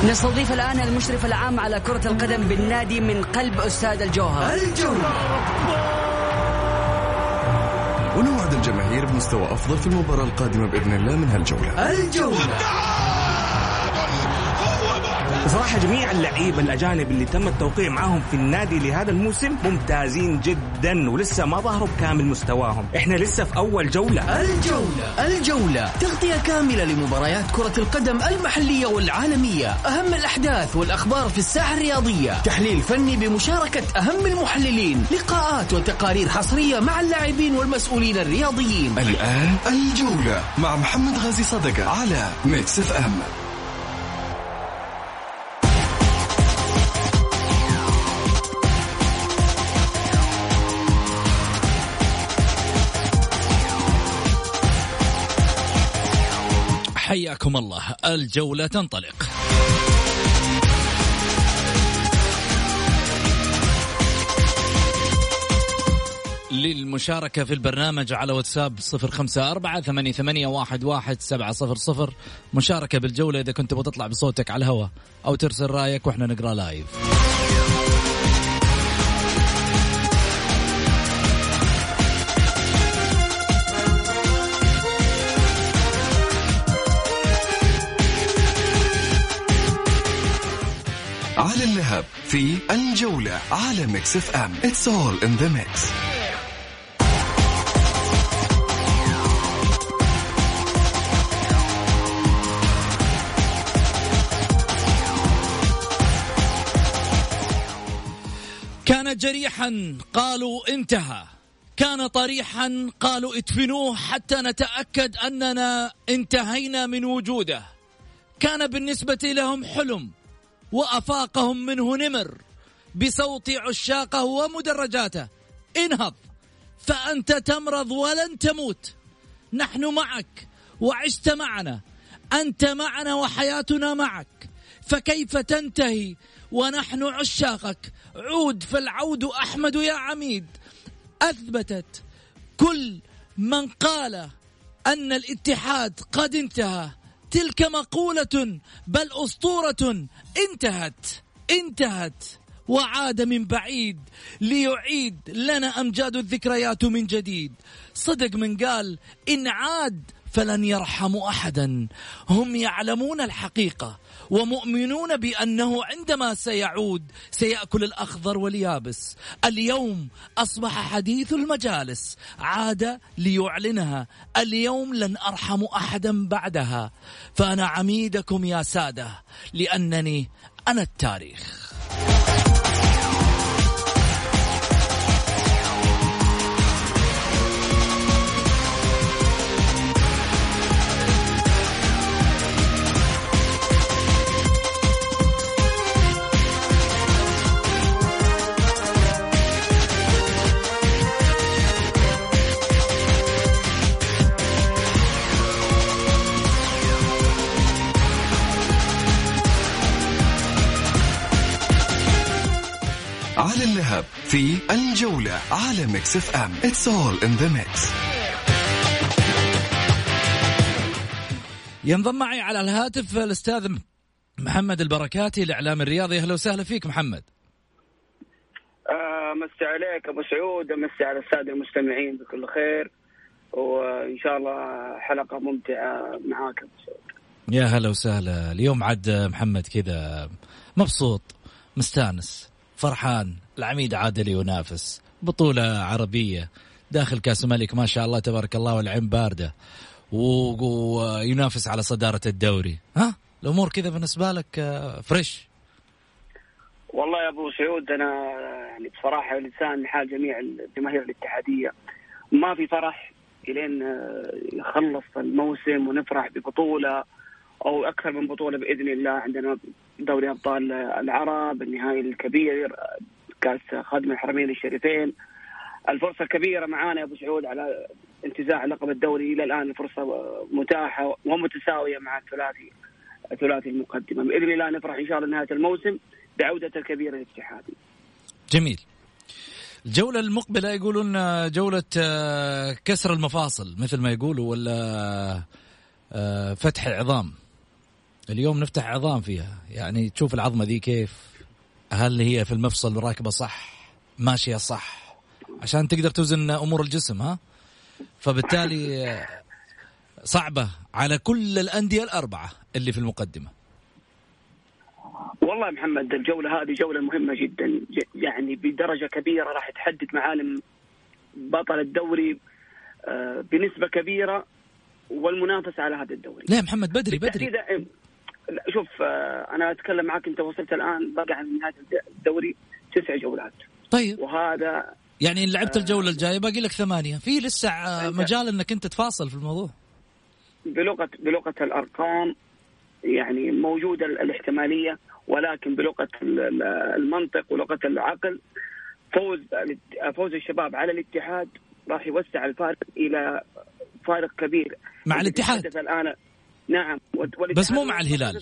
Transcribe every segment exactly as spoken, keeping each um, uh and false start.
نستضيف الآن المشرف العام على كرة القدم بالنادي من قلب أستاذ الجوهر. الجولة. ونوعد الجماهير بمستوى أفضل في المباراة القادمة بإذن الله من هالجولة. الجولة. بصراحة جميع اللعيبة الأجانب اللي تم التوقيع معهم في النادي لهذا الموسم ممتازين جدا ولسه ما ظهروا بكامل مستواهم. احنا لسه في أول جولة. الجولة. الجولة تغطية كاملة لمباريات كرة القدم المحلية والعالمية، أهم الأحداث والأخبار في الساحة الرياضية، تحليل فني بمشاركة أهم المحللين، لقاءات وتقارير حصرية مع اللاعبين والمسؤولين الرياضيين. الآن الجولة مع محمد غازي صدقة على ميكس اف ام. حياكم الله. الجولة تنطلق. للمشاركة في البرنامج على واتساب صفر خمسة أربعة ثمانية ثمانية واحد واحد سبعة صفر صفر. مشاركة بالجولة إذا كنت بتطلع بصوتك على الهواء أو ترسل رأيك وإحنا نقرأ لايف. على اللهب في الجولة على ميكس اف ام. It's all in the mix. كان جريحا قالوا انتهى، كان طريحا قالوا ادفنوه حتى نتأكد أننا انتهينا من وجوده. كان بالنسبة لهم حلم وأفاقهم منه نمر بصوت عشاقه ومدرجاته. انهض فأنت تمرض ولن تموت، نحن معك وعشت معنا، أنت معنا وحياتنا معك، فكيف تنتهي ونحن عشاقك؟ عود فالعود أحمد يا عميد. أثبتت كل من قال أن الاتحاد قد انتهى تلك مقولة بل أسطورة انتهت انتهت وعاد من بعيد ليعيد لنا أمجاد الذكريات من جديد. صدق من قال إن عاد فلن يرحم أحدا، هم يعلمون الحقيقة ومؤمنون بأنه عندما سيعود سيأكل الأخضر واليابس. اليوم أصبح حديث المجالس، عاد ليعلنها، اليوم لن أرحم أحدا بعدها، فأنا عميدكم يا سادة لأنني أنا التاريخ. على اللهب في الجولة على ميكس اف ام. It's all in the mix. ينضم معي على الهاتف الأستاذ محمد البركاتي الإعلام الرياضي. أهلا وسهلا فيك محمد. آه مسي عليك أبو سعود، مسي على السادة المستمعين بكل خير، وإن شاء الله حلقة ممتعة معاك أبو سعود. يا هلا وسهلا. اليوم عاد محمد كذا مبسوط مستانس فرحان، العميد عادل ينافس بطولة عربية داخل كأس الملك ما شاء الله تبارك الله، والعين باردة وينافس على صدارة الدوري. ها الأمور كذا بالنسبة لك فريش؟ والله يا أبو سعود أنا يعني بصراحة لسان حال جميع الجماهير الاتحادية، ما في فرح إلين يخلص الموسم ونفرح ببطولة أو أكثر من بطولة بإذن الله. عندنا دوري أبطال العرب، النهائي الكبير كأس خادم الحرمين الشريفين، الفرصة كبيرة معانا يا أبو سعود على انتزاع لقب الدوري. إلى الآن الفرصة متاحة ومتساوية مع الثلاثي الثلاثي المقدمة. بإذن الله نفرح إن شاء الله نهاية الموسم بعودة الكبير الاتحادي. جميل. الجولة المقبلة يقولون جولة كسر المفاصل مثل ما يقولوا، ولا فتح عظام. اليوم نفتح عظام فيها، يعني تشوف العظمة ذي كيف، هل هي في المفصل راكبة صح ماشية صح عشان تقدر توزن أمور الجسم. ها فبالتالي صعبة على كل الأندية الأربعة اللي في المقدمة. والله محمد الجولة هذه جولة مهمة جدا، يعني بدرجة كبيرة راح تحدد معالم بطل الدوري بنسبة كبيرة والمنافسة على هذا الدوري. لا محمد بدري بدري شوف أنا أتكلم معك، أنت وصلت الآن بقى عن نهاية الدوري تسع جولات. طيب وهذا يعني إن لعبت الجولة الجاية باقي لك ثمانية، في لسه مجال أنك أنت تفاصل في الموضوع. بلغة بلغة الأرقام يعني موجودة الاحتمالية، ولكن بلغة المنطق ولغة العقل فوز فوز الشباب على الاتحاد راح يوسع الفارق إلى فارق كبير مع الاتحاد الآن. نعم بس مو مع الهلال.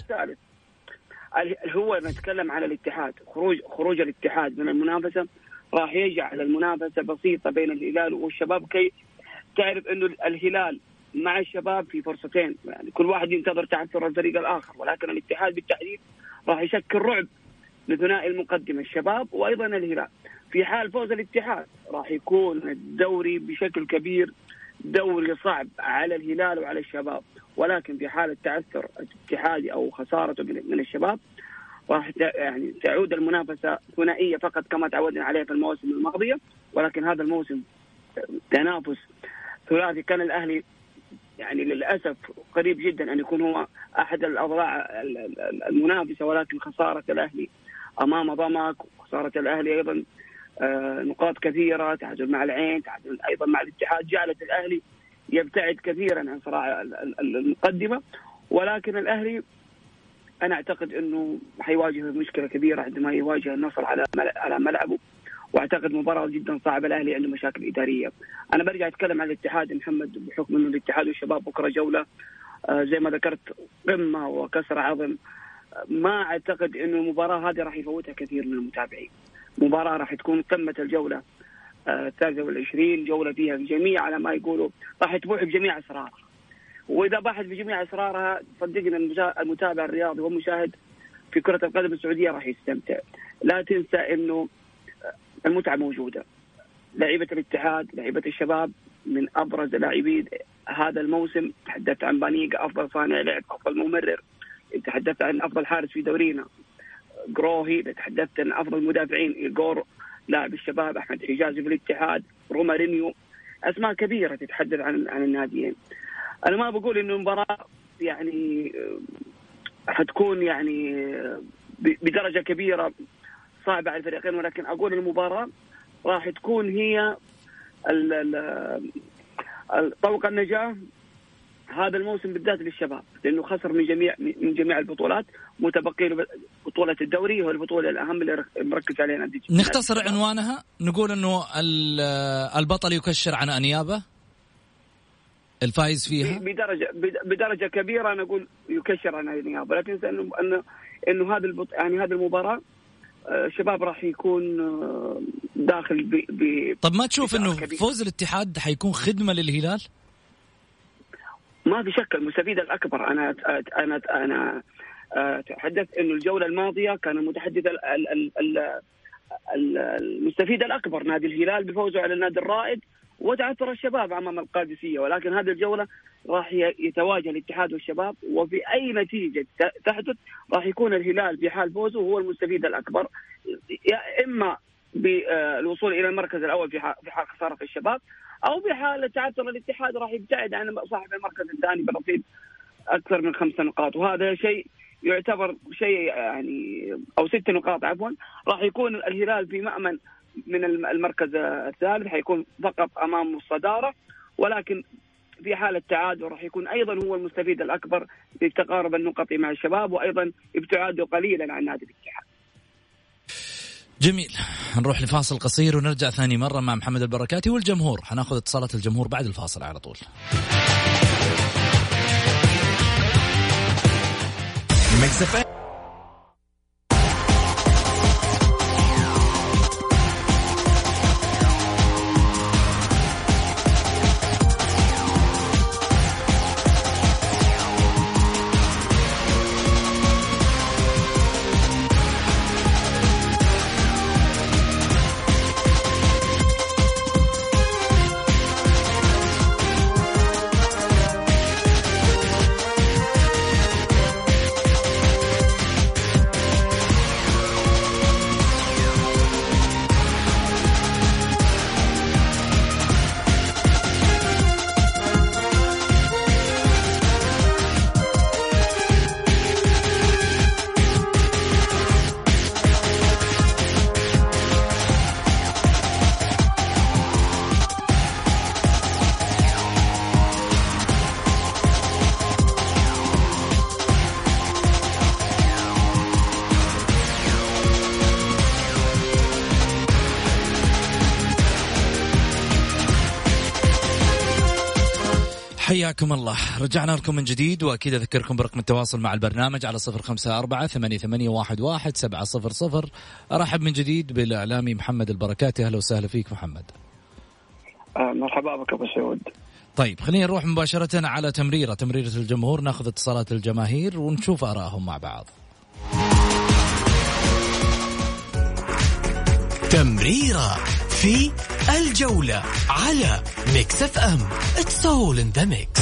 هو نتكلم على الاتحاد، خروج خروج الاتحاد من المنافسة راح يجعل المنافسة بسيطة بين الهلال والشباب، كي تعرف إنه الهلال مع الشباب في فرصتين، يعني كل واحد ينتظر تعثر الفريق الآخر، ولكن الاتحاد بالتحديد راح يشكل رعب لثنائي المقدمة الشباب وأيضا الهلال. في حال فوز الاتحاد راح يكون الدوري بشكل كبير دوري صعب على الهلال وعلى الشباب، ولكن في حالة تعثر الاتحاد أو خسارته من الشباب راح يعني تعود المنافسة ثنائية فقط كما تعودنا عليه في المواسم الماضية. ولكن هذا الموسم تنافس ثلاثي، كان الأهلي يعني للأسف قريب جدا أن يكون هو أحد الأضلاع المنافسة، ولكن خسارة الأهلي أمام ضمك وخسارة الأهلي أيضا نقاط كثيرة، تعادل مع العين، تعادل أيضا مع الاتحاد، جعلت الأهلي يبتعد كثيرا عن صراع المقدمة. ولكن الأهلي أنا أعتقد أنه حيواجه مشكلة كبيرة عندما يواجه النصر على على ملعبه، واعتقد مباراة جدا صعبة. الاهلي عنده مشاكل اداريه. انا برجع اتكلم عن الاتحاد محمد، بحكم انه الاتحاد والشباب بكره جوله آه زي ما ذكرت قمه وكسر عظم. ما اعتقد انه المباراه هذه راح يفوتها كثير من المتابعين. مباراه راح تكون قمه الجوله الثالثة آه والعشرين، جوله فيها الجميع على ما يقولوا راح تبوح بجميع اسرارها، واذا باحت بجميع اسرارها صدقنا المتابع الرياضي والمشاهد في كرة القدم السعودية راح يستمتع. لا تنسى انه المتعة موجودة. لاعيبة الاتحاد، لاعيبة الشباب من ابرز لاعبين هذا الموسم. تحدثت عن بانيجا افضل صانع لعب، افضل ممرر، تحدثت عن افضل حارس في دورينا جروهي، تحدثت عن افضل مدافعين إيغور لاعب الشباب، احمد حجازي في الاتحاد، رومارينيو، اسماء كبيرة تتحدث عن عن الناديين. انا ما بقول انه المباراة يعني حتكون يعني بدرجة كبيرة صعبة على الفريقين، ولكن أقول المباراة راح تكون هي طوق النجاة هذا الموسم بالذات للشباب، لأنه خسر من جميع من جميع البطولات، متبقي له بطولة الدوري هو البطولة الأهم اللي مركز عليها نادي. نختصر عنوانها، نقول إنه البطل يكشر عن أنيابه، الفائز فيها بدرجة بدرجة كبيرة. أنا أقول يكشر عن أنيابه، لا تنسى إنه إنه إنه هذا البط... يعني هذه المباراة الشباب راح يكون داخل ب... ب... طب ما تشوف انه فوز الاتحاد حيكون خدمة للهلال؟ ما في شك المستفيد الأكبر. أنا أنا أنا تحدثت إنه الجولة الماضية كان المتحدث ال... ال... ال... المستفيد الأكبر نادي الهلال بفوزه على النادي الرائد وتعثر الشباب أمام القادسية، ولكن هذه الجولة راح يتواجه الاتحاد والشباب، وفي أي نتيجة تحدث راح يكون الهلال في حال فوزه هو المستفيد الأكبر، يا إما بالوصول إلى المركز الأول في حال خسارة الشباب، أو في حال تعثر الاتحاد راح يبتعد عن صاحب المركز الثاني برصيد أكثر من خمس نقاط، وهذا شيء يعتبر شيء يعني أو ست نقاط عفوا. راح يكون الهلال في مأمن من المركز الثالث، حيكون فقط أمام الصدارة، ولكن في حالة تعادل راح يكون أيضا هو المستفيد الأكبر بتقارب النقط مع الشباب، وأيضا ابتعاده قليلا عن نادي الاتحاد. جميل، نروح لفاصل قصير ونرجع ثاني مرة مع محمد البركاتي والجمهور. هناخذ اتصالات الجمهور بعد الفاصل على طول. حياكم الله، رجعنا لكم من جديد، وأكيد أذكركم برقم التواصل مع البرنامج على صفر خمسة أربعة ثمانية ثمانية واحد واحد سبعة صفر صفر. أرحب من جديد بالإعلامي محمد البركاتي. أهلا وسهلا فيك محمد. آه مرحبا بك أبو سعود. طيب خلينا نروح مباشرة على تمريرة تمريرة الجمهور، ناخذ اتصالات الجماهير ونشوف آرائهم مع بعض. تمريرة في الجولة على ميكس اف ام. It's all in the mix.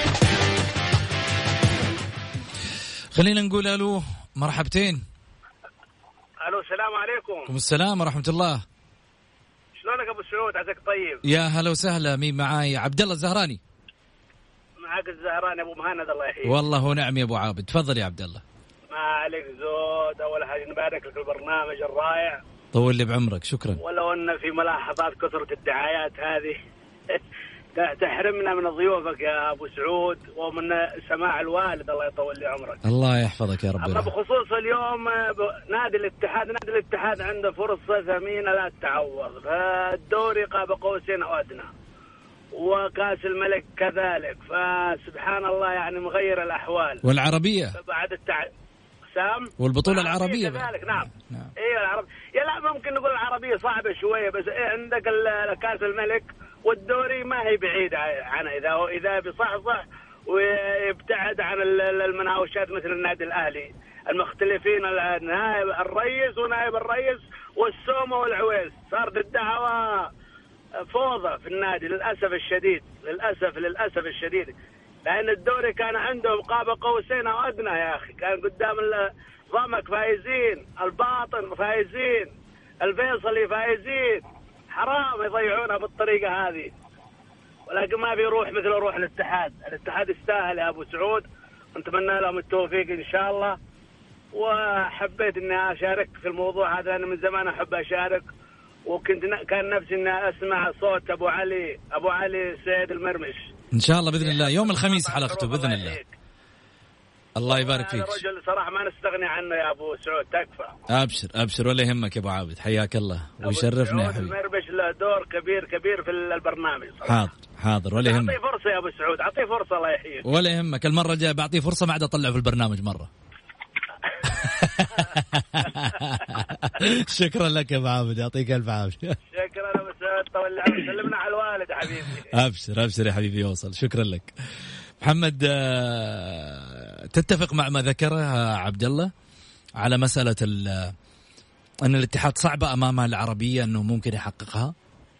خلينا نقول ألو، مرحبتين. ألو السلام عليكم. وعليكم السلام ورحمة الله. شلونك أبو سعود؟ عساك طيب. يا هلا وسهلا، مين معاي؟ عبد الله الزهراني. معك الزهراني أبو مهند الله يحييك. والله ونعم يا أبو عابد، تفضل يا عبد الله. ما عليك زود، أول حاجة نبارك لك البرنامج الرائع، طول لي بعمرك، شكرا. ولو أن في ملاحظات كثرة الدعايات هذه تحرمنا من ضيوفك يا أبو سعود ومن سماع الوالد، الله يطول لي عمرك. الله يحفظك يا رب. أما بخصوص اليوم نادي الاتحاد، نادي الاتحاد عنده فرصة ثمينة لا تعوض، فالدوري قاب قوسين أو أدنى، وكاس الملك كذلك، فسبحان الله يعني مغير الأحوال. والعربية بعد التع... سام والبطولة العربية كذلك. نعم, نعم. ايوه العرب يا لا ممكن نقول العربية صعبة شوية، بس إيه عندك كاس الملك والدوري ما هي بعيدة عنها، إذا إذا بصحصح ويبتعد عن المناوشات مثل النادي الأهلي المختلفين، نائب الرئيس ونائب الرئيس والسومة والعويس، صارت الدعوة فوضى في النادي للأسف الشديد، للأسف للأسف الشديد، لأن الدوري كان عندهم قاب قوسين أو أدنى يا أخي، كان قدام ضمك فايزين، الباطن فايزين، الفيصلي فايزين، حرام يضيعونها بالطريقة هذه، ولكن ما في روح مثل روح الاتحاد. الاتحاد يستاهل يا أبو سعود، ونتمنى لهم التوفيق إن شاء الله. وحبيت إني أشارك في الموضوع هذا، أنا من زمان أحب أشارك، وكنت كان نفسي إني أسمع صوت أبو علي أبو علي سيد المرمش إن شاء الله بإذن الله يوم الخميس حلقته بإذن الله. الله يبارك فيك. رجل صراحة ما نستغني عنه يا أبو سعود، تكفى. أبشر أبشر ولا يهمك يا أبو عابد، حياك الله ويشرفنا يا حبيبي. المرمش له دور كبير كبير في البرنامج صراحة. حاضر حاضر ولا يهمك. أعطيه فرصة يا أبو سعود، أعطيه فرصة الله يحييك. ولا يهمك، المرة الجاية بعطيه فرصة ما عاد أطلع في البرنامج مرة. شكرا لك يا أبو عابد، يعطيك ألف عافية. شكرا أبو سعود، طول عمرك، سلمنا على الوالد حبيبي. أبشر أبشر يا حبيبي، يوصل. شكرا لك محمد. تتفق مع ما ذكره عبد الله على مسألة أن الاتحاد صعبة أمام العربية أنه ممكن يحققها؟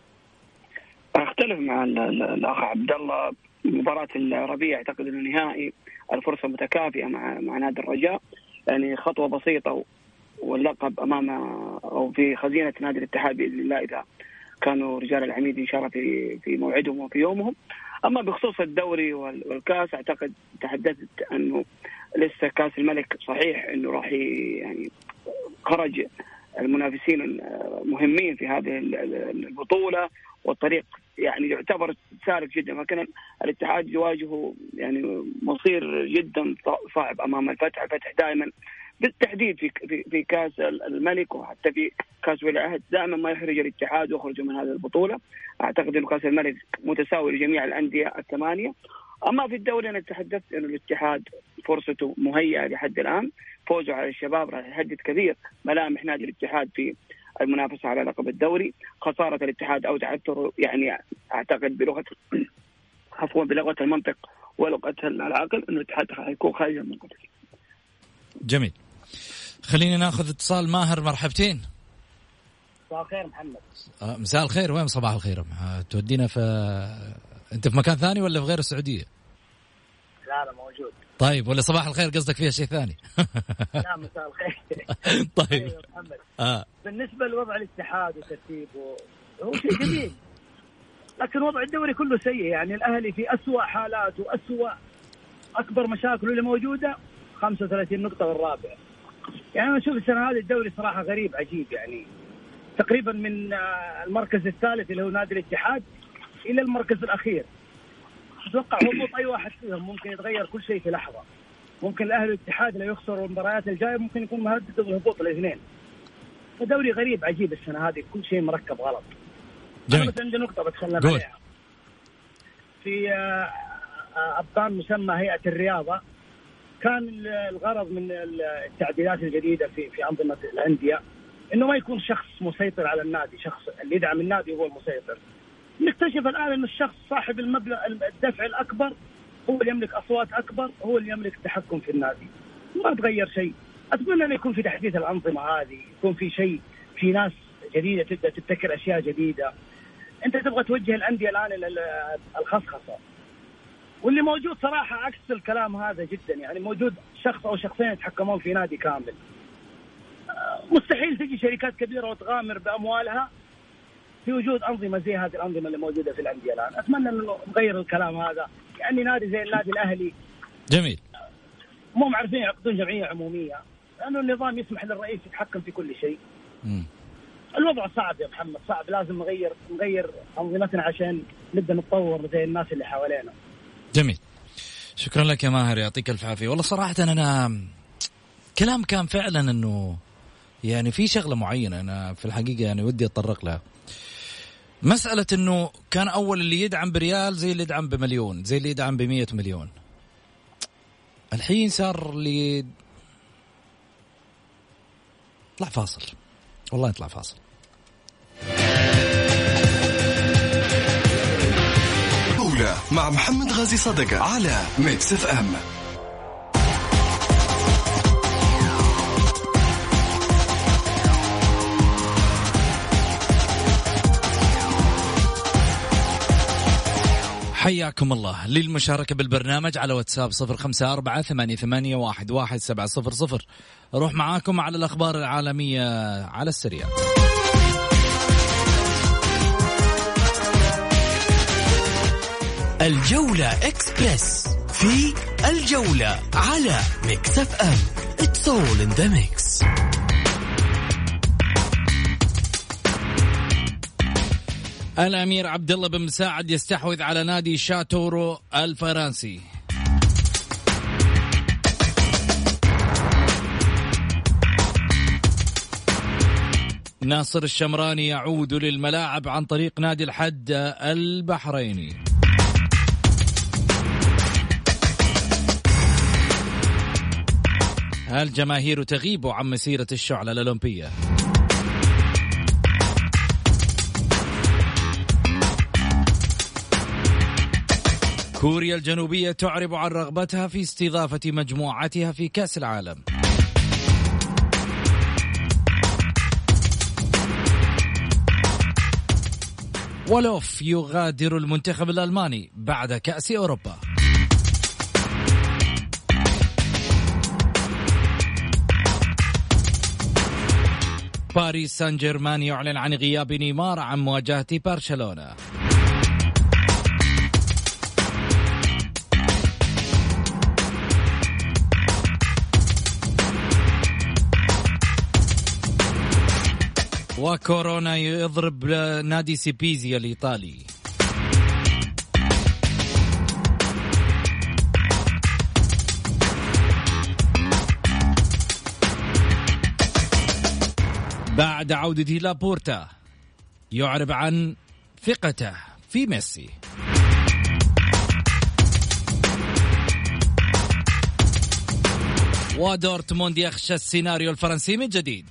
أختلف مع الأخ عبد الله. مباراة العربية أعتقد أنه نهائي الفرصة متكافئة مع مع نادي الرجاء، يعني خطوة بسيطة واللقب أمام أو في خزينة نادي الاتحاد بإذن الله إذا كانوا رجال العميد إن شاء الله في في موعدهم وفي يومهم. أما بخصوص الدوري والكاس أعتقد تحدثت أنه لسه كاس الملك صحيح أنه راح يعني خرج المنافسين مهمين في هذه البطولة، والطريق يعني يعتبر سالك جدا، فكان الاتحاد يواجهه يعني مصير جدا صعب أمام الفتح. الفتح دائما بالتحديد في في في كاس الملك وحتى في كاس ولي العهد دائما ما يخرج الاتحاد ويخرج من هذه البطولة. أعتقد إنه كاس الملك متساوي لجميع الأندية الثمانية. أما في الدوري أنا تحدثت إنه الاتحاد فرصته مهيئة لحد الآن، فوزه على الشباب راح يحدد كثير ملامح نادي الاتحاد في المنافسة على لقب الدوري. خسارة الاتحاد أو تعثره يعني أعتقد بلغة عفوا بلغة المنطق ولغة العقل إنه الاتحاد حيكون خارج المنطقة. جميل، خلينا ناخذ اتصال. ماهر مرحبتين. مساء الخير محمد. آه مساء الخير، وين صباح الخير؟ تودينا في انت في مكان ثاني ولا في غير السعودية؟ لا لا موجود. طيب ولا صباح الخير قصدك فيها شيء ثاني؟ لا مساء الخير. طيب محمد. آه. بالنسبة لوضع الاتحاد وترتيبه هو شيء جميل، لكن وضع الدوري كله سيء. يعني الأهلي في أسوأ حالاته وأسوأ أكبر مشاكله اللي موجودة خمسة وثلاثين نقطة والرابع. يعني أنا أشوف السنة هذه الدوري صراحة غريب عجيب، يعني تقريبا من المركز الثالث اللي هو نادي الاتحاد إلى المركز الأخير. أتوقع هبوط أي واحد فيهم ممكن يتغير كل شيء في لحظة. ممكن الأهلي والاتحاد لو يخسروا المباريات الجاية ممكن يكون مهدد بالهبوط الاثنين. فدوري غريب عجيب السنة هذه، كل شيء مركب غلط. جميل. بس عندي نقطة بتكلم عليها في أبطال مسمى هيئة الرياضة، كان الغرض من التعديلات الجديدة في في أنظمة الأندية إنه ما يكون شخص مسيطر على النادي، شخص اللي يدعم النادي هو المسيطر. نكتشف الآن إن الشخص صاحب المبلغ الدفع الأكبر هو اللي يملك أصوات أكبر، هو اللي يملك التحكم في النادي. ما تغير شيء. أتمنى أن يكون في تحديث الأنظمة هذه، يكون في شيء، في ناس جديدة تبدأ تبتكر أشياء جديدة. أنت تبغى توجه الأندية الآن إلى الخصخصة، واللي موجود صراحة عكس الكلام هذا جدا. يعني موجود شخص أو شخصين يتحكمون في نادي كامل. مستحيل تجي شركات كبيرة وتغامر بأموالها في وجود أنظمة زي هذه الأنظمة اللي موجودة في الأندية الآن. أتمنى أنه نغير الكلام هذا. يعني نادي زي النادي الأهلي جميل مو معرفين يعقدون جمعية عمومية، لأنه النظام يسمح للرئيس يتحكم في كل شيء. م. الوضع صعب يا محمد، صعب. لازم نغير نغير أنظمتنا عشان نبدأ نتطور زي الناس اللي حوالينا. جميل، شكرا لك يا ماهر، يعطيك الف عافية. والله صراحة أنا كلام كان فعلا أنه يعني في شغلة معينة أنا في الحقيقة يعني ودي أتطرق لها. مسألة أنه كان أول اللي يدعم بريال زي اللي يدعم بمليون، زي اللي يدعم بمية مليون. الحين صار لي طلع فاصل، والله يطلع فاصل. جولة مع محمد غازي صدقة على ميكس اف ام. حياكم الله. للمشاركة بالبرنامج على واتساب صفر خمسة أربعة ثمانية ثمانية واحد واحد سبعة صفر صفر. روح معاكم على الأخبار العالمية على السريع. الجولة إكسبرس في الجولة على ميكس اف ام. It's all in the mix. الأمير عبد الله بن مساعد يستحوذ على نادي شاتورو الفرنسي. ناصر الشمراني يعود للملاعب عن طريق نادي الحد البحريني. الجماهير تغيب عن مسيرة الشعلة الأولمبية. كوريا الجنوبية تعرب عن رغبتها في استضافة مجموعتها في كأس العالم. ولوف يغادر المنتخب الألماني بعد كأس أوروبا. باريس سان جيرمان يعلن عن غياب نيمار عن مواجهة برشلونة. وكورونا يضرب نادي سيبيزيا الإيطالي. بعد عودته لابورتا يعرب عن ثقته في ميسي. ودورتموند يخشى السيناريو الفرنسي من جديد.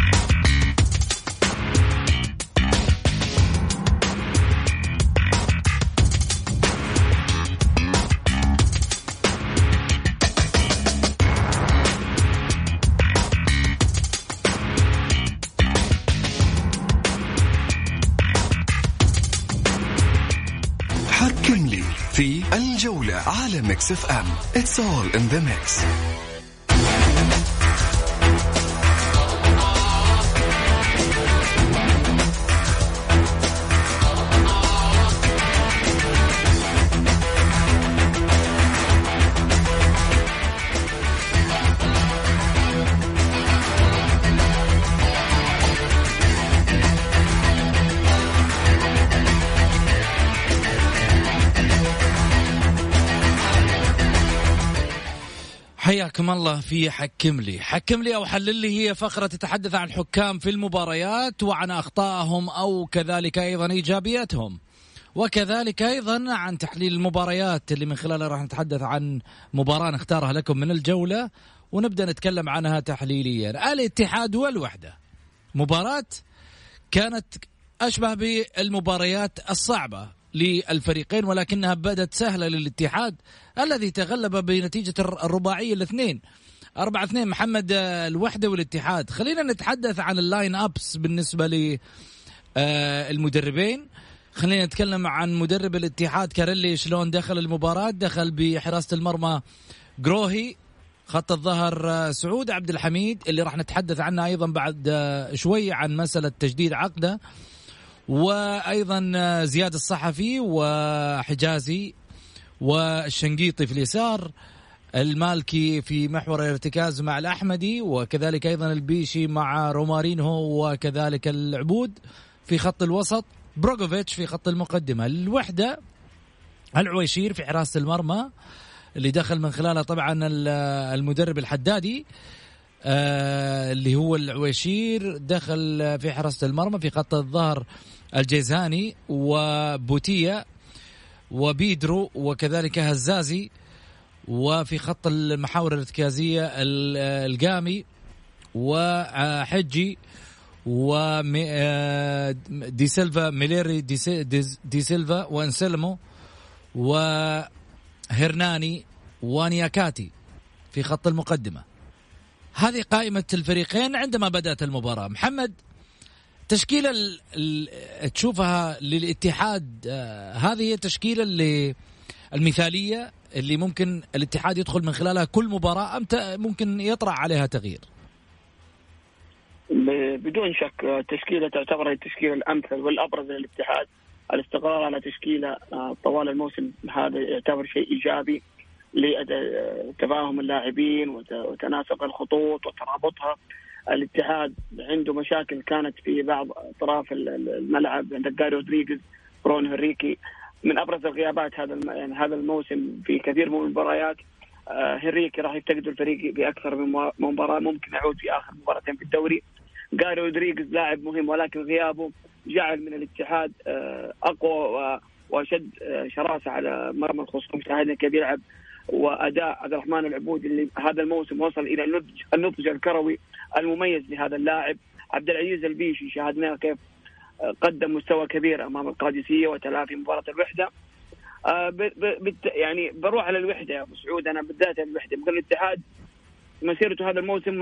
حكم لي في الجولة على ميكس اف ام. It's all in the mix. حياكم الله في حكم لي. حكم لي أو حلل لي هي فقرة تتحدث عن الحكام في المباريات وعن أخطائهم أو كذلك أيضا إيجابياتهم. وكذلك أيضا عن تحليل المباريات اللي من خلالها راح نتحدث عن مباراة نختارها لكم من الجولة ونبدأ نتكلم عنها تحليليا. الاتحاد والوحدة، مباراة كانت أشبه بالمباريات الصعبة للفريقين ولكنها بدت سهلة للاتحاد الذي تغلب بنتيجة الرباعية الاثنين أربعة اثنين. محمد، الوحدة والاتحاد، خلينا نتحدث عن اللاين أبس بالنسبة للمدربين. خلينا نتكلم عن مدرب الاتحاد كاريلي، شلون دخل المباراة. دخل بحراسة المرمى جروهي، خط الظهر سعود عبد الحميد اللي راح نتحدث عنه أيضا بعد شوي عن مسألة تجديد عقده، وأيضا زياد الصحفي وحجازي والشنقيطي في اليسار، المالكي في محور الارتكاز مع الأحمدي، وكذلك أيضا البيشي مع رومارينهو، وكذلك العبود في خط الوسط، بروغوفيتش في خط المقدمة. الوحدة العويشير في حراسة المرمى اللي دخل من خلالها طبعا المدرب الحدادي آه اللي هو العويشير، دخل في حراسة المرمى. في خط الظهر الجيزاني وبوتية وبيدرو وكذلك هزازي، وفي خط المحاور الارتكازية القامي وحجي ودي سيلفا ميليري دي, دي سيلفا وانسلمو وهرناني ونياكاتي في خط المقدمة. هذه قائمة الفريقين عندما بدأت المباراة. محمد، تشكيلة تشوفها للاتحاد هذه هي التشكيلة اللي المثالية اللي ممكن الاتحاد يدخل من خلالها كل مباراة، أم ممكن يطرأ عليها تغيير؟ بدون شك تشكيلة تعتبر التشكيلة الأمثل والأبرز للاتحاد. الاستقرار على تشكيلة طوال الموسم هذا يعتبر شيء إيجابي لتفاهم اللاعبين وتناسق الخطوط وترابطها. الاتحاد عنده مشاكل كانت في بعض أطراف الملعب، عندك جاري رودريغيز، برون هنريكي من أبرز الغيابات هذا يعني هذا الموسم في كثير من المباريات. آه هنريكي راح يفتقد الفريق بأكثر من مباراة، ممكن يعود في آخر مباراتين في الدوري. جاري رودريغيز لاعب مهم ولكن غيابه جعل من الاتحاد آه أقوى وشد آه شراسة على مرمى الخصوم. شاهدنا كيف يلعب وأداء عبد الرحمن العبود اللي هذا الموسم وصل إلى النضج النضج الكروي المميز لهذا اللاعب. عبد العزيز البيشي شاهدنا كيف قدم مستوى كبير أمام القادسية وتلافي مباراة الوحدة. آه ب ب يعني بروح على الوحدة يا أبو سعود، أنا بالذات الوحدة بقول الاتحاد مسيرته هذا الموسم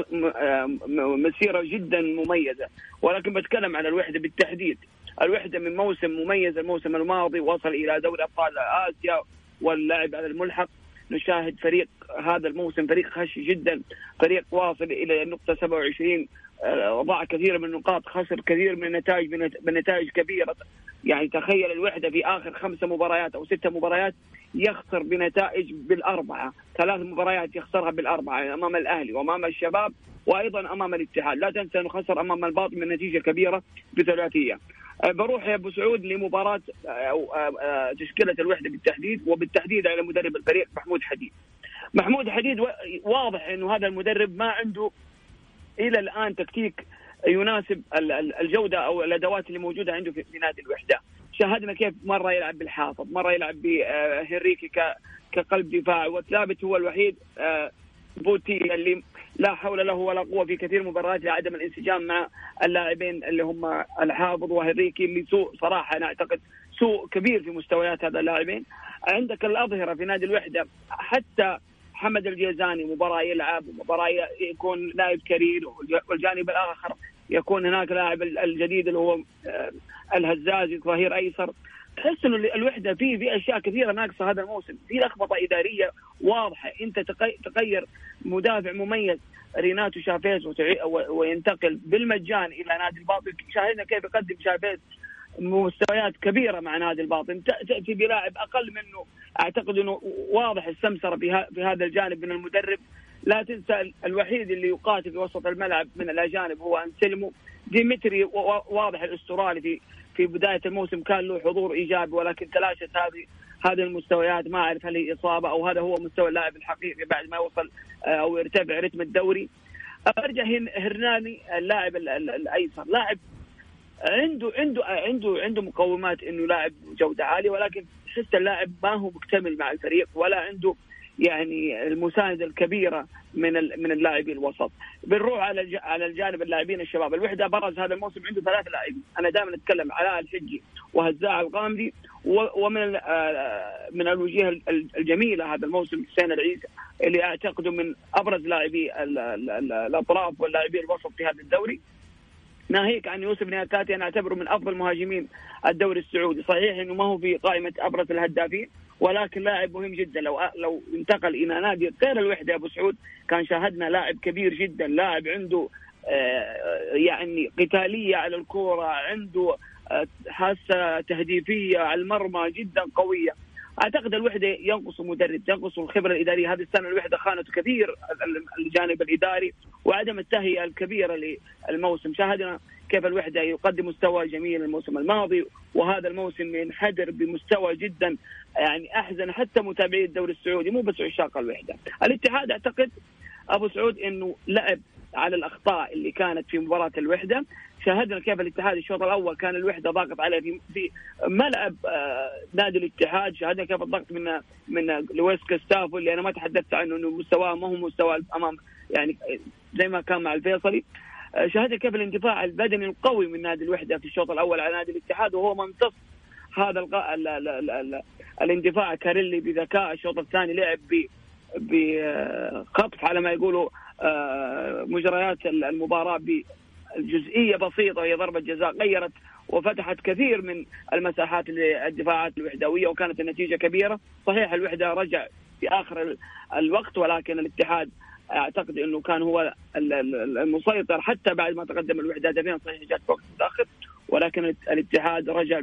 مسيرة جدا مميزة، ولكن بتكلم على الوحدة بالتحديد. الوحدة من موسم مميز الموسم الماضي، وصل إلى دوري أبطال آسيا واللعب على الملحق. نشاهد فريق هذا الموسم فريق خش جدا، فريق واصل إلى النقطة سبعة وعشرين، وضع كثير من النقاط، خسر كثير من النتائج بنتائج كبيرة. يعني تخيل الوحدة في آخر خمسة مباريات أو ستة مباريات يخسر بنتائج بالأربعة، ثلاث مباريات يخسرها بالأربعة أمام الأهلي وأمام الشباب وأيضا أمام الاتحاد. لا تنسى أنه خسر أمام الباطن من نتيجة كبيرة بثلاثية. بروح يا أبو سعود لمباراة أو تشكيلة الوحدة بالتحديد، وبالتحديد على مدرب الفريق محمود حديد. محمود حديد واضح أنه هذا المدرب ما عنده إلى الآن تكتيك يناسب الجودة أو الأدوات اللي موجودة عنده في نادي الوحدة. شاهدنا كيف مرة يلعب بالحافظ، مرة يلعب بهنريكي كقلب دفاع، وثابت هو الوحيد بوتي اللي لا حول له ولا قوة في كثير مباريات لعدم الانسجام مع اللاعبين اللي هم الحافظ وهنريكي اللي سوء صراحة. أنا أعتقد سوء كبير في مستويات هذا اللاعبين. عندك الأظهرة في نادي الوحدة، حتى محمد الجيزاني مباراة يلعب ومباراة يكون لاعب كرير، والجانب الآخر يكون هناك لاعب الجديد اللي هو الهزازي ظهير أيسر. تحس إنه الوحدة فيه في أشياء كثيرة ناقصة هذا الموسم، في لخبطة إدارية واضحة. أنت تغير مدافع مميز ريناتو شافيز وينتقل بالمجان إلى نادي الباطن. شاهدنا كيف يقدم شافيز مستويات كبيرة مع نادي الباطن، تأتي بلاعب أقل منه. أعتقد أنه واضح السمسرة في هذا الجانب من المدرب. لا تنسى الوحيد اللي يقاتل في وسط الملعب من الأجانب هو أنسلمو. ديمتري واضح الأسترالي في في بداية الموسم كان له حضور إيجابي، ولكن تلاشت هذه هذه المستويات. ما أعرف هل هي إصابة أو هذا هو مستوى اللاعب الحقيقي بعد ما يوصل أو يرتفع رتم الدوري. أرجع هرناني اللاعب الأيسر، لاعب عنده عنده عنده عنده مقومات انه لاعب جوده عاليه، ولكن تحس اللاعب ما هو مكتمل مع الفريق ولا عنده يعني المساندة الكبيرة من من اللاعبين الوسط. بنروح على على الجانب اللاعبين الشباب. الوحدة برز هذا الموسم عنده ثلاث لاعبين، أنا دائما أتكلم علاء الحجي وهزاع الغامدي، ومن من الوجيه الجميلة هذا الموسم حسين العيسى اللي أعتقد من أبرز لاعبي الأطراف واللاعبين الوسط في هذا الدوري. ناهيك عن يوسف نياكاتي أنا أعتبره من أفضل مهاجمين الدوري السعودي، صحيح إنه ما هو في قائمة أبرز الهدافين ولكن لاعب مهم جدا. لو لو انتقل إلى نادي غير الوحدة يا أبو سعود كان شاهدنا لاعب كبير جدا، لاعب عنده يعني قتالية على الكرة، عنده حاسة تهديفية على المرمى جدا قوية. أعتقد الوحدة ينقص مدرب، ينقص الخبرة الإدارية. هذه السنة الوحدة خانته كثير الجانب الإداري وعدم التهيئة الكبيرة للموسم. شاهدنا كيف الوحدة يقدم مستوى جميل الموسم الماضي، وهذا الموسم ينحدر بمستوى جدا يعني أحزن حتى متابعي الدوري السعودي مو بس عشاق الوحدة. الاتحاد أعتقد أبو سعود إنه لعب على الأخطاء اللي كانت في مباراة الوحدة. شاهدنا كيف الاتحاد الشوط الأول كان الوحدة ضاغط عليه في, في ملعب آه نادي الاتحاد. شاهدنا كيف الضغط من من لويس كاستافو اللي أنا ما تحدثت عنه إنه مستواه ما هو مستوى أمام يعني زي ما كان مع الفيصلي. آه شاهدنا كيف الاندفاع البدني القوي من نادي الوحدة في الشوط الأول على نادي الاتحاد، وهو منتص هذا الغ... ال... ال... ال... ال... الاندفاع. كاريلي بذكاء الشوط الثاني لعب ب بخطف على ما يقولوا مجريات المباراة بجزئية بسيطة وهي ضربة جزاء غيرت وفتحت كثير من المساحات للدفاعات الوحدوية وكانت النتيجة كبيرة. صحيح الوحدة رجع في آخر الوقت ولكن الاتحاد أعتقد أنه كان هو المسيطر حتى بعد ما تقدم الوحدة هدفين. صحيح جاءت وقت متأخر ولكن الاتحاد رجع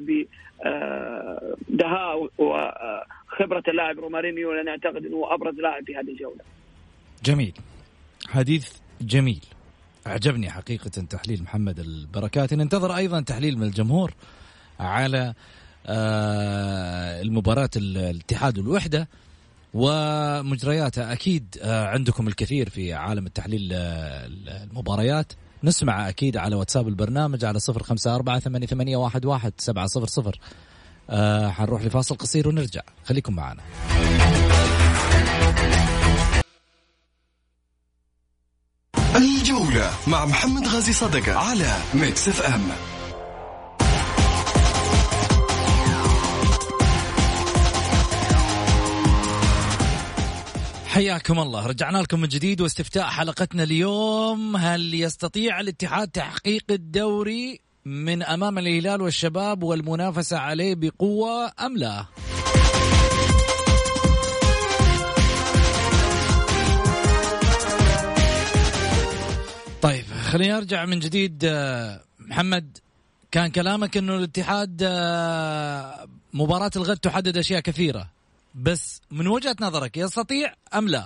بدهاء وخبرة اللاعب رومارينيو لأن أعتقد أنه أبرز لاعب في هذه الجولة. جميل، حديث جميل، أعجبني حقيقة تحليل محمد البركات. ننتظر أيضا تحليل من الجمهور على المباراة الاتحاد والوحدة ومجرياتها. أكيد عندكم الكثير في عالم التحليل المباريات، نسمع أكيد على واتساب البرنامج على صفر خمسة أربعة ثمانية ثمانية واحد واحد سبعة صفر صفر. أه حنروح لفاصل قصير ونرجع، خليكم معنا. الجولة مع محمد غازي صدقة على ميكس اف ام. حياكم الله، رجعنا لكم من جديد واستفتاء حلقتنا اليوم. هل يستطيع الاتحاد تحقيق الدوري من أمام الهلال والشباب والمنافسة عليه بقوة أم لا؟ طيب خلينا نرجع من جديد. محمد، كان كلامك أنه الاتحاد مباراة الغد تحدد أشياء كثيرة، بس من وجهة نظرك يستطيع أم لا؟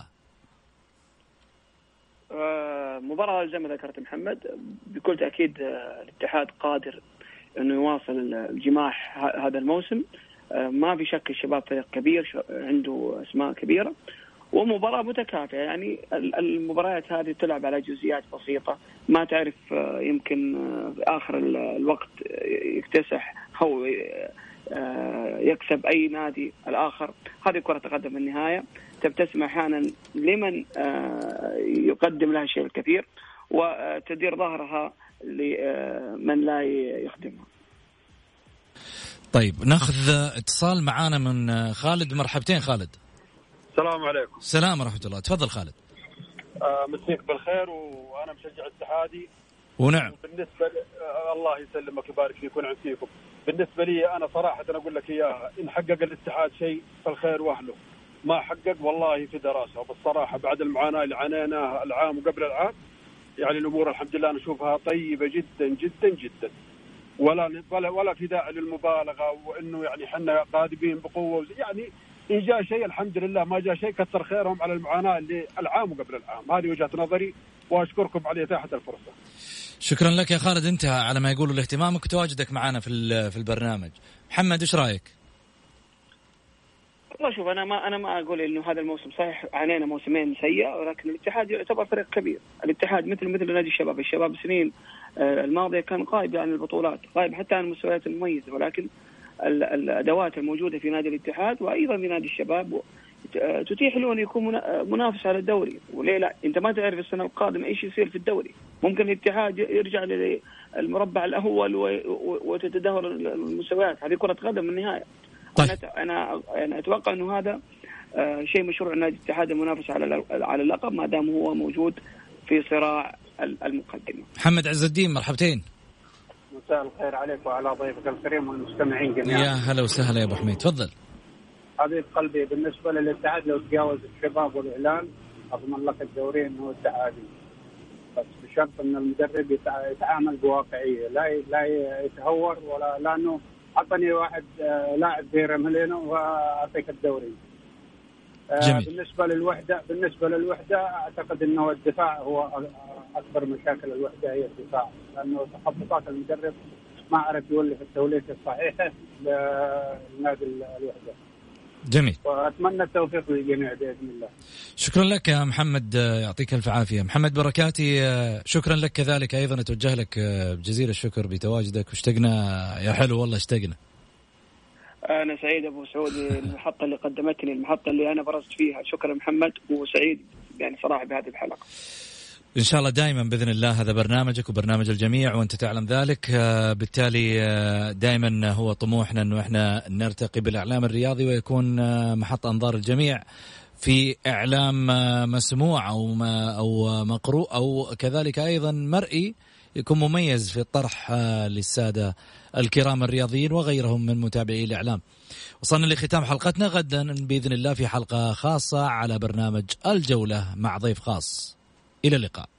آه مباراة زي ما ذكرت محمد بكل تأكيد آه الاتحاد قادر أنه يواصل الجماح هذا الموسم. آه ما في شك الشباب فريق كبير عنده أسماء كبيرة ومباراة متكافئة. يعني المباريات هذه تلعب على جزئيات بسيطة ما تعرف آه يمكن آه في آخر الوقت يكتسح أو يكسب أي نادي الآخر. هذه كرة تقدم النهاية تبتسم أحيانا لمن يقدم لها شيء الكثير وتدير ظهرها لمن لا يخدمها. طيب ناخذ اتصال معانا من خالد. مرحبتين خالد. السلام عليكم. السلام ورحمة الله، تفضل خالد. آه مسيك بالخير وأنا مشجع اتحادي. ونعم. بالنسبة آه الله يسلمك ويبارك فيك ونعم فيكم. بالنسبة لي أنا صراحة أنا أقول لك إياها، إن حقق الاتحاد شيء فالخير وأهله، ما حقق والله في دراسة. وبالصراحة بعد المعاناة اللي عانيناها العام وقبل العام يعني الأمور الحمد لله نشوفها طيبة جدا جدا جدا، ولا ولا ولا في داعي للمبالغة وإنه يعني حنا قادمين بقوة. يعني إن جاء شيء الحمد لله، ما جاء شيء كثر خيرهم على المعاناة اللي العام وقبل العام. هذه وجهة نظري وأشكركم على إتاحة الفرصة. شكرا لك يا خالد، انتهى على ما يقولوا الاهتمام وتواجدك معنا في في البرنامج. محمد ايش رايك؟ والله شوف انا ما انا ما اقول انه هذا الموسم صحيح عانينا موسمين سيء، ولكن الاتحاد يعتبر فريق كبير. الاتحاد مثل مثل نادي الشباب، الشباب سنين الماضية كان غايب عن البطولات، غايب حتى عن المستويات المميزة، ولكن الأدوات الموجودة في نادي الاتحاد وأيضا في نادي الشباب تتيح له أن يكون منافس على الدوري. وليه لا؟ أنت ما تعرف السنة القادمة إيش يصير في الدوري، ممكن الاتحاد يرجع للمربع الأول وتتدهور المستويات. هذه كرة قدم النهاية. طيب. أنا أنا أتوقع إنه هذا شيء مشروع نادي الاتحاد المنافس على على اللقب ما دام هو موجود في صراع المقدمة. محمد عز الدين، مرحبتين. مساء الخير عليك وعلى ضيفك الكريم والمستمعين جميعا. يا هلا وسهلا يا ابو حميد، تفضل. حبيب قلبي، بالنسبه للاتحاد لو تجاوز الشباب والاعلان اضمن لك الدوري انه اتحادي، بس بشرط ان المدرب يتعامل بواقعيه، لا لا يتهور ولا لانه اعطني واحد لاعب زي رملينو واعطيك الدوري. جميل. بالنسبه للوحده بالنسبه للوحده اعتقد انه الدفاع هو اكبر مشاكل الوحده، هي الدفاع، لانه تخبطات المدرب ما عرف يولف التوليفه الصحيحه لنادي الوحده. جميل. واتمنى التوفيق للجميع باذن الله. شكرا لك يا محمد، يعطيك الف عافيه. محمد بركاتي، شكرا لك كذلك ايضا، اتوجه لك بجزيل الشكر بتواجدك، واشتقنا يا حلو والله اشتقنا. أنا سعيد أبو سعود المحطة اللي قدمتني، المحطة اللي أنا برزت فيها. شكرا محمد، وسعيد يعني صراحة بهذه الحلقة. إن شاء الله دائما بإذن الله، هذا برنامجك وبرنامج الجميع وأنت تعلم ذلك. بالتالي دائما هو طموحنا أنه إحنا نرتقي بالإعلام الرياضي ويكون محط أنظار الجميع في إعلام مسموع أو أو مقروء أو كذلك أيضا مرئي، يكون مميز في الطرح للسادة الكرام الرياضيين وغيرهم من متابعي الإعلام. وصلنا لختام حلقتنا، غدا بإذن الله في حلقة خاصة على برنامج الجولة مع ضيف خاص. إلى اللقاء.